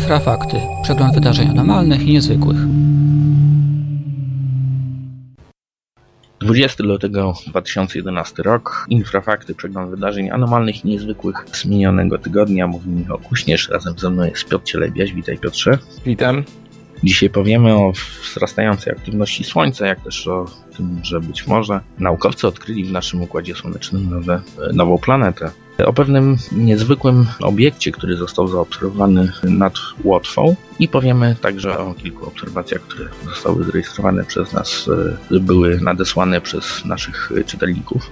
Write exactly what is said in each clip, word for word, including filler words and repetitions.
Infrafakty. Przegląd wydarzeń anormalnych i niezwykłych. dwudziestego lutego dwa tysiące jedenasty rok. Infrafakty. Przegląd wydarzeń anormalnych i niezwykłych z minionego tygodnia. Mówi Michał Kuśnierz. Razem ze mną jest Piotr Cielebiaś. Witaj, Piotrze. Witam. Dzisiaj powiemy o wzrastającej aktywności Słońca, jak też o tym, że być może naukowcy odkryli w naszym Układzie Słonecznym nowe, nową planetę. O pewnym niezwykłym obiekcie, który został zaobserwowany nad Łotwą, i powiemy także o kilku obserwacjach, które zostały zarejestrowane przez nas, były nadesłane przez naszych czytelników.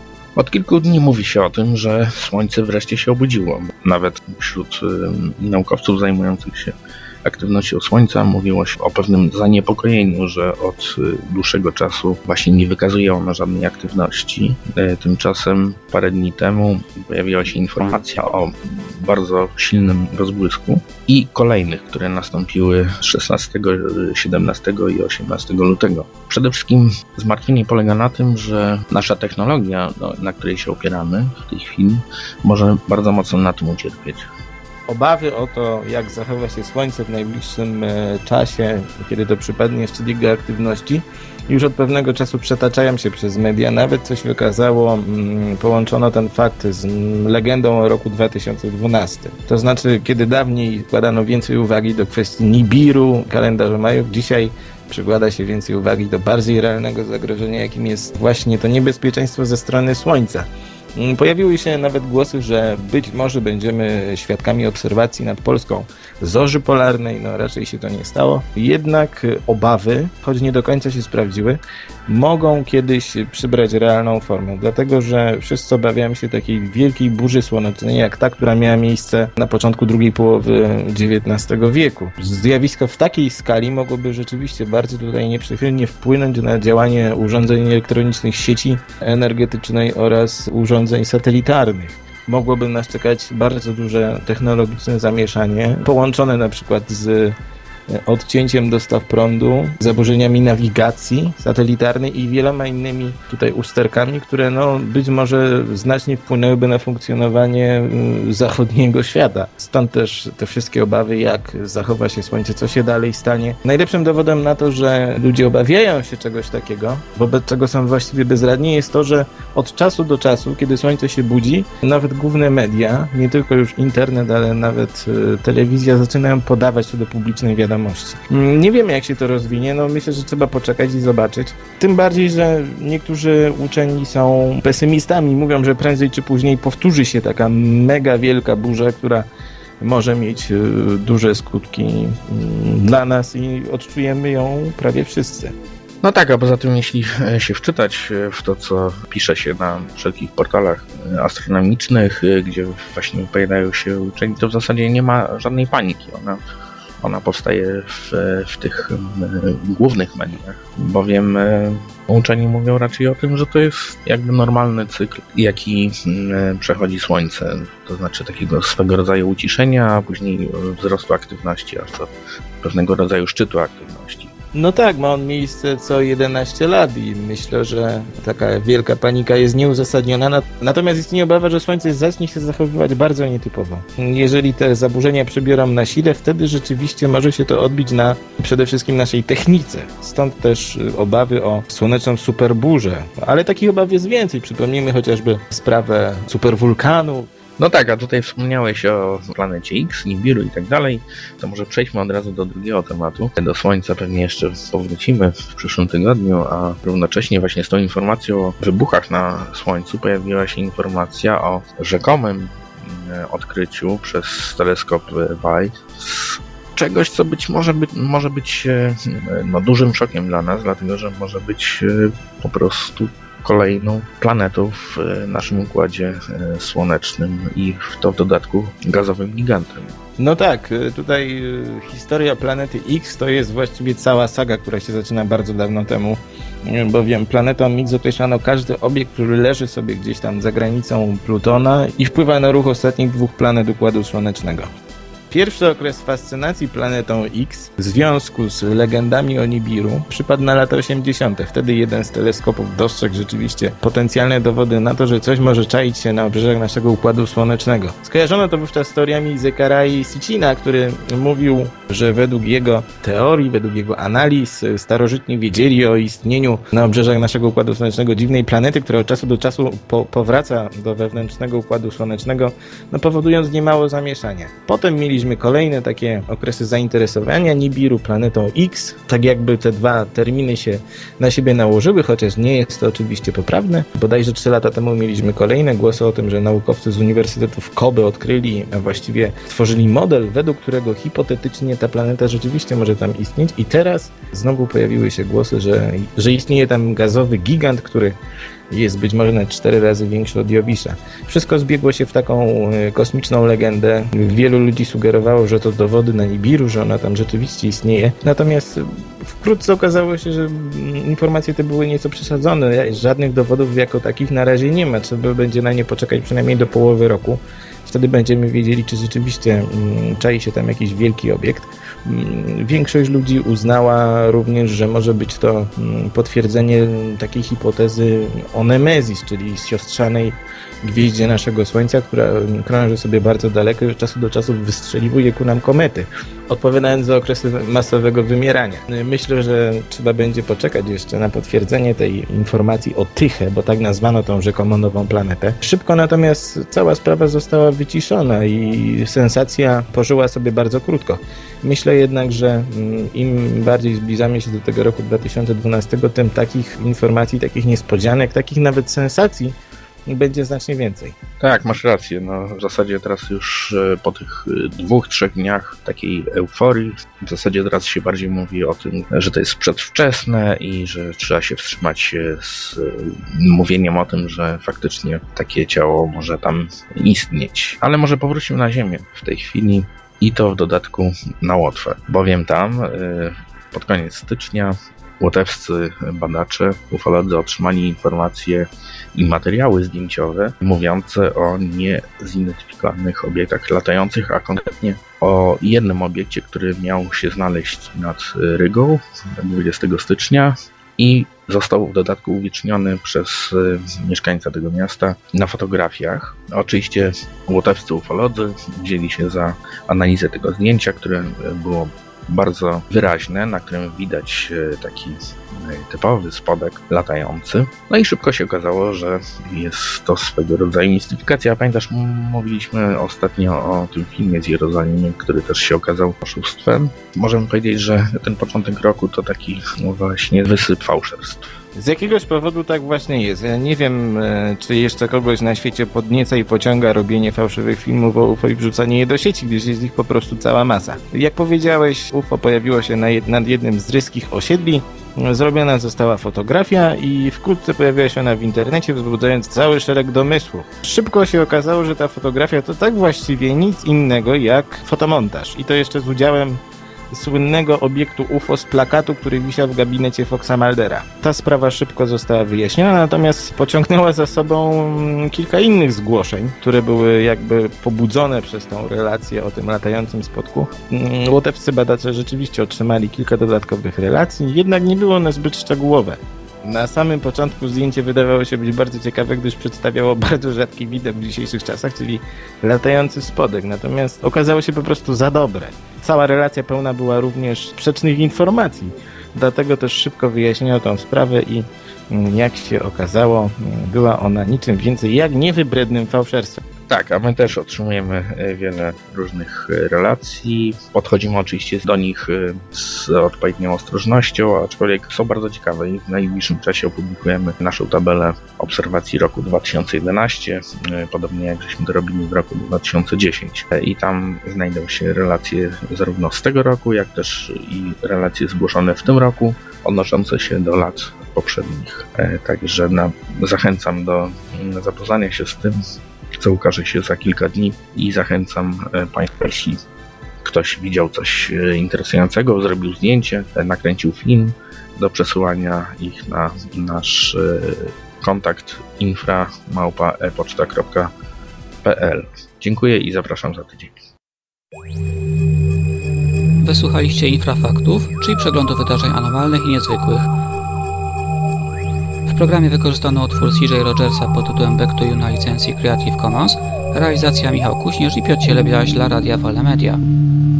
Od kilku dni mówi się o tym, że Słońce wreszcie się obudziło. Nawet wśród naukowców zajmujących się aktywnością Słońca mówiło się o pewnym zaniepokojeniu, że od dłuższego czasu właśnie nie wykazuje ono żadnej aktywności. Tymczasem parę dni temu pojawiła się informacja o bardzo silnym rozbłysku i kolejnych, które nastąpiły szesnastego, siedemnastego i osiemnastego lutego. Przede wszystkim zmartwienie polega na tym, że nasza technologia, na której się opieramy w tej chwili, może bardzo mocno na tym ucierpieć. Obawy o to, jak zachowa się Słońce w najbliższym czasie, kiedy to przypadnie szczyt jego aktywności, już od pewnego czasu przetaczają się przez media. Nawet coś wykazało, połączono ten fakt z legendą o roku dwa tysiące dwunastym. To znaczy, kiedy dawniej wkładano więcej uwagi do kwestii Nibiru, kalendarza Majów, dzisiaj przykłada się więcej uwagi do bardziej realnego zagrożenia, jakim jest właśnie to niebezpieczeństwo ze strony Słońca. Pojawiły się nawet głosy, że być może będziemy świadkami obserwacji nad Polską zorzy polarnej. No raczej się to nie stało. Jednak obawy, choć nie do końca się sprawdziły, mogą kiedyś przybrać realną formę. Dlatego, że wszyscy obawiają się takiej wielkiej burzy słonecznej, jak ta, która miała miejsce na początku drugiej połowy dziewiętnastego wieku. Zjawisko w takiej skali mogłoby rzeczywiście bardzo tutaj nieprzychylnie wpłynąć na działanie urządzeń elektronicznych, sieci energetycznej oraz urządzeń satelitarnych. Mogłoby nas czekać bardzo duże technologiczne zamieszanie, połączone na przykład z odcięciem dostaw prądu, zaburzeniami nawigacji satelitarnej i wieloma innymi tutaj usterkami, które no być może znacznie wpłynęłyby na funkcjonowanie zachodniego świata. Stąd też te wszystkie obawy, jak zachowa się Słońce, co się dalej stanie. Najlepszym dowodem na to, że ludzie obawiają się czegoś takiego, wobec czego są właściwie bezradni, jest to, że od czasu do czasu, kiedy Słońce się budzi, nawet główne media, nie tylko już internet, ale nawet telewizja, zaczynają podawać to do publicznej wiadomości. Nie wiemy, jak się to rozwinie, no myślę, że trzeba poczekać i zobaczyć. Tym bardziej, że niektórzy uczeni są pesymistami, mówią, że prędzej czy później powtórzy się taka mega wielka burza, która może mieć duże skutki dla nas i odczujemy ją prawie wszyscy. No tak, a poza tym jeśli się wczytać w to, co pisze się na wszelkich portalach astronomicznych, gdzie właśnie pojawiają się uczeni, to w zasadzie nie ma żadnej paniki. Ona Ona powstaje w, w tych głównych mediach, bowiem uczeni mówią raczej o tym, że to jest jakby normalny cykl, jaki przechodzi Słońce. To znaczy takiego swego rodzaju uciszenia, a później wzrostu aktywności, aż do pewnego rodzaju szczytu aktywności. No tak, ma on miejsce co jedenaście lat i myślę, że taka wielka panika jest nieuzasadniona. Natomiast istnieje obawa, że Słońce zacznie się zachowywać bardzo nietypowo. Jeżeli te zaburzenia przybiorą na sile, wtedy rzeczywiście może się to odbić na przede wszystkim naszej technice. Stąd też obawy o słoneczną superburzę. Ale takich obaw jest więcej. Przypomnijmy chociażby sprawę superwulkanu. No tak, a tutaj wspomniałeś o planecie X, Nibiru i tak dalej, to może przejdźmy od razu do drugiego tematu. Do Słońca pewnie jeszcze powrócimy w przyszłym tygodniu, a równocześnie właśnie z tą informacją o wybuchach na Słońcu pojawiła się informacja o rzekomym odkryciu przez teleskop Wide czegoś, co być może, być, może być no, dużym szokiem dla nas, dlatego że może być po prostu kolejną planetą w naszym Układzie Słonecznym i w to w dodatku gazowym gigantem. No tak, tutaj historia planety X to jest właściwie cała saga, która się zaczyna bardzo dawno temu, bowiem planetą X określano każdy obiekt, który leży sobie gdzieś tam za granicą Plutona i wpływa na ruch ostatnich dwóch planet Układu Słonecznego. Pierwszy okres fascynacji planetą X w związku z legendami o Nibiru przypadł na lata osiemdziesiąte. Wtedy jeden z teleskopów dostrzegł rzeczywiście potencjalne dowody na to, że coś może czaić się na obrzeżach naszego Układu Słonecznego. Skojarzono to wówczas z teoriami Zecharii Sitchina, który mówił, że według jego teorii, według jego analiz starożytni wiedzieli o istnieniu na obrzeżach naszego Układu Słonecznego dziwnej planety, która od czasu do czasu po, powraca do wewnętrznego Układu Słonecznego, no powodując niemało zamieszania. Potem mieliśmy kolejne takie okresy zainteresowania Nibiru planetą X, tak jakby te dwa terminy się na siebie nałożyły, chociaż nie jest to oczywiście poprawne. Bodajże trzy lata temu mieliśmy kolejne głosy o tym, że naukowcy z Uniwersytetu w Kobe odkryli, a właściwie stworzyli model, według którego hipotetycznie ta planeta rzeczywiście może tam istnieć i teraz znowu pojawiły się głosy, że, że istnieje tam gazowy gigant, który jest być może nawet cztery razy większy od Jowisza. Wszystko zbiegło się w taką kosmiczną legendę. Wielu ludzi sugerowało, że to dowody na Nibiru, że ona tam rzeczywiście istnieje. Natomiast wkrótce okazało się, że informacje te były nieco przesadzone. Żadnych dowodów jako takich na razie nie ma. Trzeba będzie na nie poczekać przynajmniej do połowy roku. Wtedy będziemy wiedzieli, czy rzeczywiście czai się tam jakiś wielki obiekt. Większość ludzi uznała również, że może być to potwierdzenie takiej hipotezy o Nemezis, czyli siostrzanej gwieździe naszego Słońca, która krąży sobie bardzo daleko i od czasu do czasu wystrzeliwuje ku nam komety, odpowiadając za okresy masowego wymierania. Myślę, że trzeba będzie poczekać jeszcze na potwierdzenie tej informacji o Tyche, bo tak nazwano tą rzekomo nową planetę. Szybko natomiast cała sprawa została wyciszona i sensacja pożyła sobie bardzo krótko. Myślę jednak, że im bardziej zbliżamy się do tego roku dwa tysiące dwunastego, tym takich informacji, takich niespodzianek, takich nawet sensacji będzie znacznie więcej. Tak, masz rację. No, w zasadzie teraz już po tych dwóch, trzech dniach takiej euforii, w zasadzie teraz się bardziej mówi o tym, że to jest przedwczesne i że trzeba się wstrzymać z mówieniem o tym, że faktycznie takie ciało może tam istnieć. Ale może powrócimy na Ziemię w tej chwili i to w dodatku na Łotwę, bowiem tam pod koniec stycznia łotewscy badacze, ufolodzy otrzymali informacje i materiały zdjęciowe mówiące o niezidentyfikowanych obiektach latających, a konkretnie o jednym obiekcie, który miał się znaleźć nad Rygą dwudziestego stycznia i został w dodatku uwieczniony przez mieszkańca tego miasta na fotografiach. Oczywiście łotewscy ufolodzy wzięli się za analizę tego zdjęcia, które było bardzo wyraźne, na którym widać taki typowy spodek latający. No i szybko się okazało, że jest to swego rodzaju mistyfikacja. Pamiętasz, mówiliśmy ostatnio o tym filmie z Jerozolimy, który też się okazał oszustwem. Możemy powiedzieć, że ten początek roku to taki no właśnie wysyp fałszerstw. Z jakiegoś powodu tak właśnie jest. Ja nie wiem, czy jeszcze kogoś na świecie podnieca i pociąga robienie fałszywych filmów o U F O i wrzucanie je do sieci, gdyż jest ich po prostu cała masa. Jak powiedziałeś, U F O pojawiło się na jed- nad jednym z ryskich osiedli, zrobiona została fotografia i wkrótce pojawiła się ona w internecie, wzbudzając cały szereg domysłów. Szybko się okazało, że ta fotografia to tak właściwie nic innego jak fotomontaż i to jeszcze z udziałem słynnego obiektu U F O z plakatu, który wisiał w gabinecie Foxa Muldera. Ta sprawa szybko została wyjaśniona, natomiast pociągnęła za sobą kilka innych zgłoszeń, które były jakby pobudzone przez tą relację o tym latającym spodku. Łotewscy badacze rzeczywiście otrzymali kilka dodatkowych relacji, jednak nie było one zbyt szczegółowe. Na samym początku zdjęcie wydawało się być bardzo ciekawe, gdyż przedstawiało bardzo rzadki widok w dzisiejszych czasach, czyli latający spodek, natomiast okazało się po prostu za dobre. Cała relacja pełna była również sprzecznych informacji, dlatego też szybko wyjaśniono tą sprawę i jak się okazało, była ona niczym więcej jak niewybrednym fałszerstwem. Tak, a my też otrzymujemy wiele różnych relacji. Podchodzimy oczywiście do nich z odpowiednią ostrożnością, aczkolwiek są bardzo ciekawe i w najbliższym czasie opublikujemy naszą tabelę obserwacji roku dwa tysiące jedenastego, podobnie jak żeśmy to robili w roku dwa tysiące dziesiątym. I tam znajdą się relacje zarówno z tego roku, jak też i relacje zgłoszone w tym roku, odnoszące się do lat poprzednich. Także na, zachęcam do zapoznania się z tym, co ukaże się za kilka dni i zachęcam Państwa, jeśli ktoś widział coś interesującego, zrobił zdjęcie, nakręcił film, do przesyłania ich na nasz kontakt infra małpa e poczta kropka p l. Dziękuję i zapraszam za tydzień. Wysłuchaliście infrafaktów, czyli przeglądu wydarzeń anormalnych i niezwykłych. W programie wykorzystano utwór C J Rogersa pod tytułem Back to You na licencji Creative Commons, realizacja Michał Kuśnierz i Piotr Cielebiaś dla Radia Wolne Media.